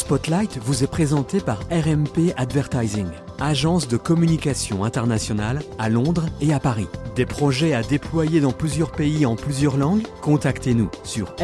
Spotlight vous est présenté par RMP Advertising, agence de communication internationale à Londres et à Paris. Des projets à déployer dans plusieurs pays en plusieurs langues? Contactez-nous sur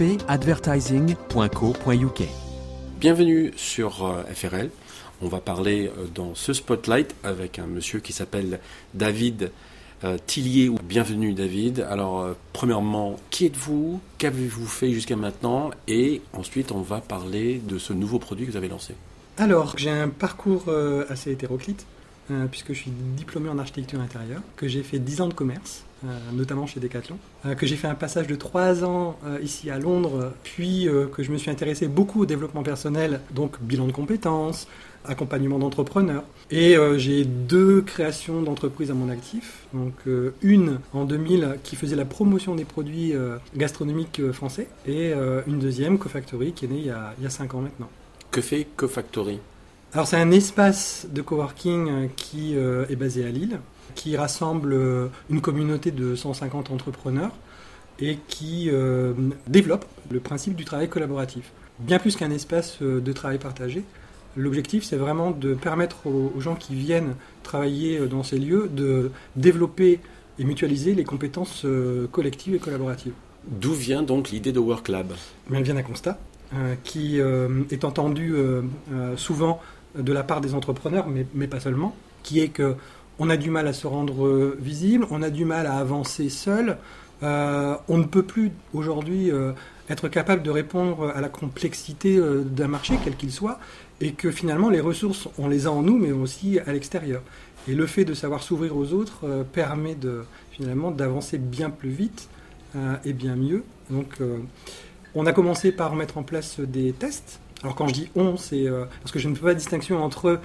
rmpadvertising.co.uk. Bienvenue sur FRL. On va parler dans ce Spotlight avec un monsieur qui s'appelle David Tillier. Bienvenue David. Alors premièrement, qui êtes-vous? Qu'avez-vous fait jusqu'à maintenant? Et ensuite on va parler de ce nouveau produit que vous avez lancé. Alors, j'ai un parcours assez hétéroclite, puisque je suis diplômé en architecture intérieure, que j'ai fait 10 ans de commerce, notamment chez Decathlon, que j'ai fait un passage de 3 ans ici à Londres, puis que je me suis intéressé beaucoup au développement personnel, donc bilan de compétences, accompagnement d'entrepreneurs. Et j'ai 2 créations d'entreprises à mon actif. Donc une en 2000 qui faisait la promotion des produits gastronomiques français, et une deuxième, CoFactory, qui est née il y a 5 ans maintenant. Que fait CoFactory? Alors c'est un espace de coworking qui est basé à Lille, qui rassemble une communauté de 150 entrepreneurs et qui développe le principe du travail collaboratif. Bien plus qu'un espace de travail partagé, l'objectif c'est vraiment de permettre aux gens qui viennent travailler dans ces lieux de développer et mutualiser les compétences collectives et collaboratives. D'où vient donc l'idée de WorkLab? Elle vient d'un constat qui est entendu souvent de la part des entrepreneurs, mais pas seulement, qui est qu'on a du mal à se rendre visible, on a du mal à avancer seul, on ne peut plus aujourd'hui être capable de répondre à la complexité d'un marché, quel qu'il soit, et que finalement les ressources, on les a en nous, mais aussi à l'extérieur. Et le fait de savoir s'ouvrir aux autres permet finalement d'avancer bien plus vite et bien mieux. Donc on a commencé par mettre en place des tests. Alors quand je dis on, c'est parce que je ne fais pas de distinction entre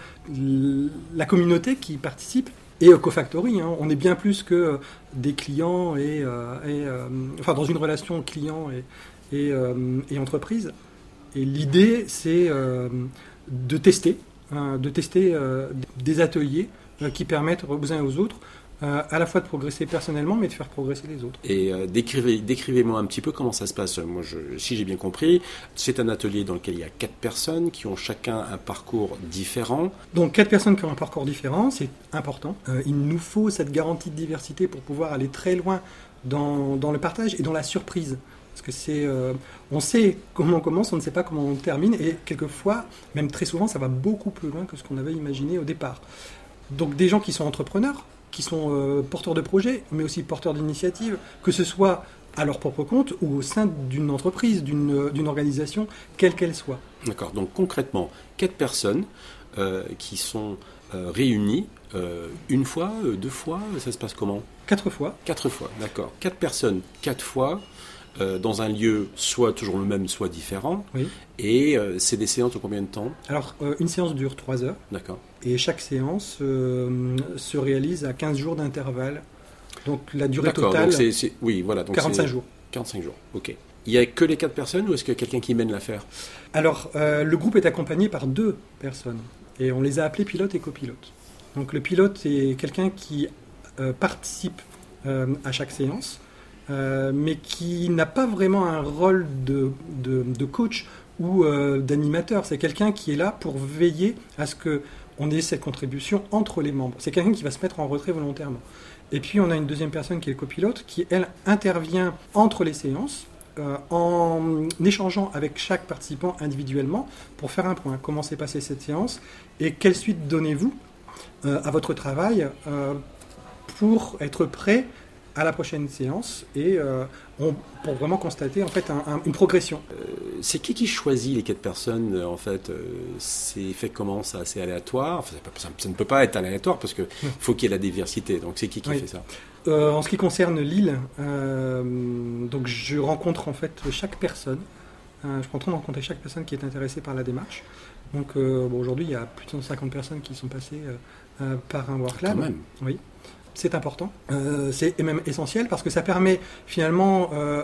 la communauté qui participe et CoFactory. On est bien plus que des clients enfin dans une relation client et entreprise. Et l'idée, c'est de tester des ateliers qui permettent aux uns et aux autres à la fois de progresser personnellement, mais de faire progresser les autres. Et décrivez-moi un petit peu comment ça se passe. Moi, si j'ai bien compris, c'est un atelier dans lequel il y a 4 personnes qui ont chacun un parcours différent. Donc 4 personnes qui ont un parcours différent, c'est important. Il nous faut cette garantie de diversité pour pouvoir aller très loin dans le partage et dans la surprise. Parce que on sait comment on commence, on ne sait pas comment on termine, et quelquefois, même très souvent, ça va beaucoup plus loin que ce qu'on avait imaginé au départ. Donc des gens qui sont entrepreneurs, qui sont porteurs de projets, mais aussi porteurs d'initiatives, que ce soit à leur propre compte ou au sein d'une entreprise, d'une organisation, quelle qu'elle soit. D'accord, donc concrètement, 4 personnes qui sont réunies une fois, 2 fois, ça se passe comment? 4 fois. 4 fois, d'accord. 4 personnes, 4 fois, dans un lieu soit toujours le même, soit différent. Oui. Et c'est des séances de combien de temps? Alors, une séance dure 3 heures. D'accord. Et chaque séance se réalise à 15 jours d'intervalle. Donc la durée totale, donc oui, voilà, donc 45 jours. 45 jours, ok. Il n'y a que les 4 personnes ou est-ce qu'il y a quelqu'un qui mène l'affaire? Alors, le groupe est accompagné par 2 personnes. Et on les a appelés pilote et copilote. Donc le pilote est quelqu'un qui participe à chaque séance, mais qui n'a pas vraiment un rôle de coach ou d'animateur. C'est quelqu'un qui est là pour veiller à ce qu'on ait cette contribution entre les membres. C'est quelqu'un qui va se mettre en retrait volontairement. Et puis on a une deuxième personne qui est le copilote, qui elle intervient entre les séances, en échangeant avec chaque participant individuellement pour faire un point. Comment s'est passée cette séance et quelle suite donnez-vous à votre travail pour être prêt à la prochaine séance et pour vraiment constater en fait une progression. C'est qui choisit les 4 personnes en fait? C'est fait comment ça? C'est aléatoire? Enfin, ça ne peut pas être aléatoire parce qu'il faut qu'il y ait la diversité. Donc c'est qui fait ça? En ce qui concerne Lille, donc je rencontre en fait chaque personne. Je prends le temps de rencontrer chaque personne qui est intéressée par la démarche. Donc aujourd'hui, il y a plus de 150 personnes qui sont passées par un WorkLab. Quand même. Oui. C'est important, c'est même essentiel parce que ça permet finalement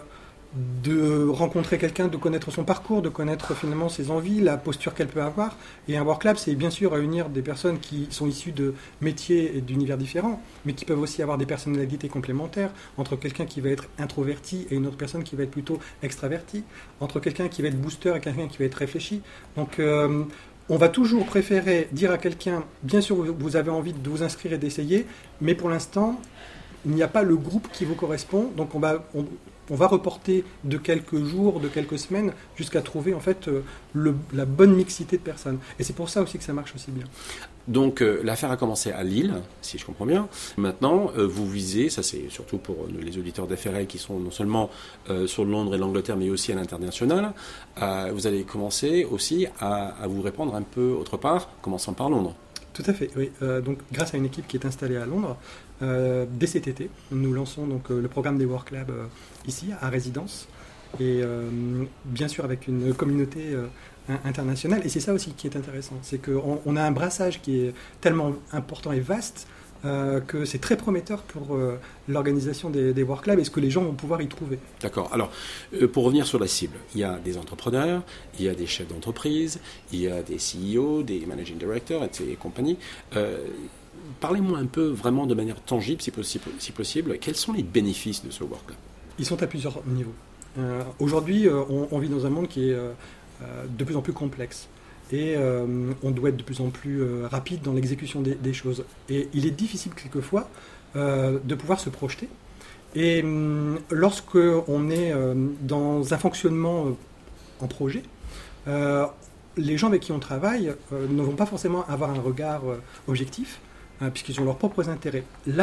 de rencontrer quelqu'un, de connaître son parcours, de connaître finalement ses envies, la posture qu'elle peut avoir. Et un work lab, c'est bien sûr réunir des personnes qui sont issues de métiers et d'univers différents, mais qui peuvent aussi avoir des personnalités complémentaires, entre quelqu'un qui va être introverti et une autre personne qui va être plutôt extravertie, entre quelqu'un qui va être booster et quelqu'un qui va être réfléchi. Donc on va toujours préférer dire à quelqu'un, bien sûr vous avez envie de vous inscrire et d'essayer, mais pour l'instant, il n'y a pas le groupe qui vous correspond, donc on va reporter de quelques jours, de quelques semaines, jusqu'à trouver en fait la bonne mixité de personnes. Et c'est pour ça aussi que ça marche aussi bien. Donc l'affaire a commencé à Lille, si je comprends bien. Maintenant, vous visez, ça c'est surtout pour les auditeurs d'FRL qui sont non seulement sur Londres et l'Angleterre, mais aussi à l'international, vous allez commencer aussi à vous répandre un peu autre part, commençant par Londres. Tout à fait, oui. Donc, grâce à une équipe qui est installée à Londres, dès cet été, nous lançons donc, le programme des Work Labs ici, à résidence, et bien sûr avec une communauté internationale. Et c'est ça aussi qui est intéressant, c'est qu'on a un brassage qui est tellement important et vaste que c'est très prometteur pour l'organisation des Work Labs et ce que les gens vont pouvoir y trouver. D'accord. Alors, pour revenir sur la cible, il y a des entrepreneurs, il y a des chefs d'entreprise, il y a des CEO, des managing directors et compagnie. Parlez-moi un peu vraiment de manière tangible, si possible, quels sont les bénéfices de ce Work Lab ? Ils sont à plusieurs niveaux. Aujourd'hui, on vit dans un monde qui est de plus en plus complexe. Et on doit être de plus en plus rapide dans l'exécution des choses. Et il est difficile quelquefois de pouvoir se projeter. Et lorsque on est dans un fonctionnement en projet, les gens avec qui on travaille ne vont pas forcément avoir un regard objectif, puisqu'ils ont leurs propres intérêts.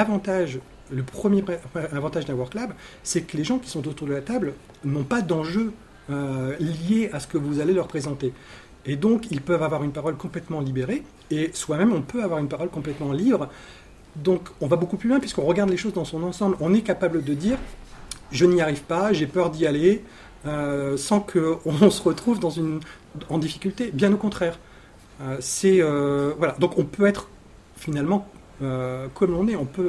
Le premier avantage d'un Work Lab, c'est que les gens qui sont autour de la table n'ont pas d'enjeux liés à ce que vous allez leur présenter. Et donc, ils peuvent avoir une parole complètement libérée, et soi-même, on peut avoir une parole complètement libre. Donc, on va beaucoup plus loin, puisqu'on regarde les choses dans son ensemble. On est capable de dire, je n'y arrive pas, j'ai peur d'y aller, sans qu'on se retrouve en difficulté. Bien au contraire. Voilà. Donc, on peut être, finalement, comme on est, on peut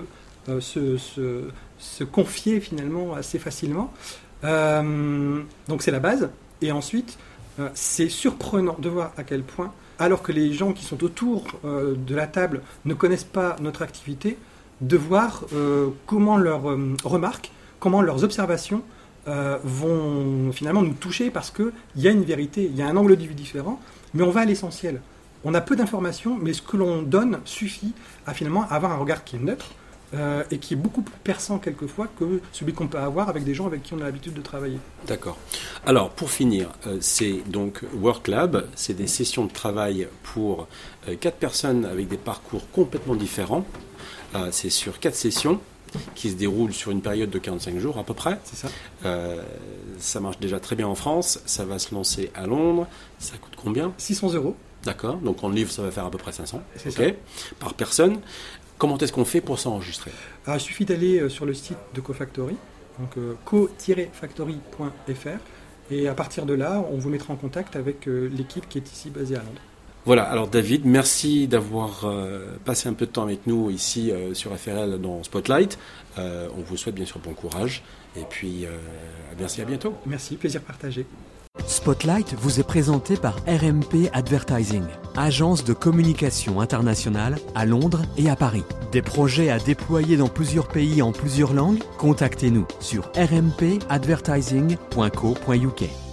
se confier, finalement, assez facilement. Donc, c'est la base. Et ensuite... c'est surprenant de voir à quel point, alors que les gens qui sont autour de la table ne connaissent pas notre activité, de voir comment leurs remarques, comment leurs observations vont finalement nous toucher parce qu'il y a une vérité, il y a un angle de vue différent, mais on va à l'essentiel. On a peu d'informations, mais ce que l'on donne suffit à finalement avoir un regard qui est neutre, et qui est beaucoup plus perçant quelquefois que celui qu'on peut avoir avec des gens avec qui on a l'habitude de travailler. D'accord. Alors, pour finir, c'est donc Work Lab, c'est des sessions de travail pour 4 personnes avec des parcours complètement différents. C'est sur 4 sessions qui se déroulent sur une période de 45 jours à peu près. C'est ça. Ça marche déjà très bien en France, ça va se lancer à Londres. Ça coûte combien ? 600 €. D'accord, donc en livre ça va faire à peu près 500. C'est ça. Par personne. Comment est-ce qu'on fait pour s'enregistrer ? Il suffit d'aller sur le site de CoFactory, donc co-factory.fr, et à partir de là, on vous mettra en contact avec l'équipe qui est ici basée à Londres. Voilà, alors David, merci d'avoir passé un peu de temps avec nous ici sur FRL dans Spotlight. On vous souhaite bien sûr bon courage, et puis merci, à bientôt. Merci, plaisir partagé. Spotlight vous est présenté par RMP Advertising, agence de communication internationale à Londres et à Paris. Des projets à déployer dans plusieurs pays en plusieurs langues ? Contactez-nous sur rmpadvertising.co.uk.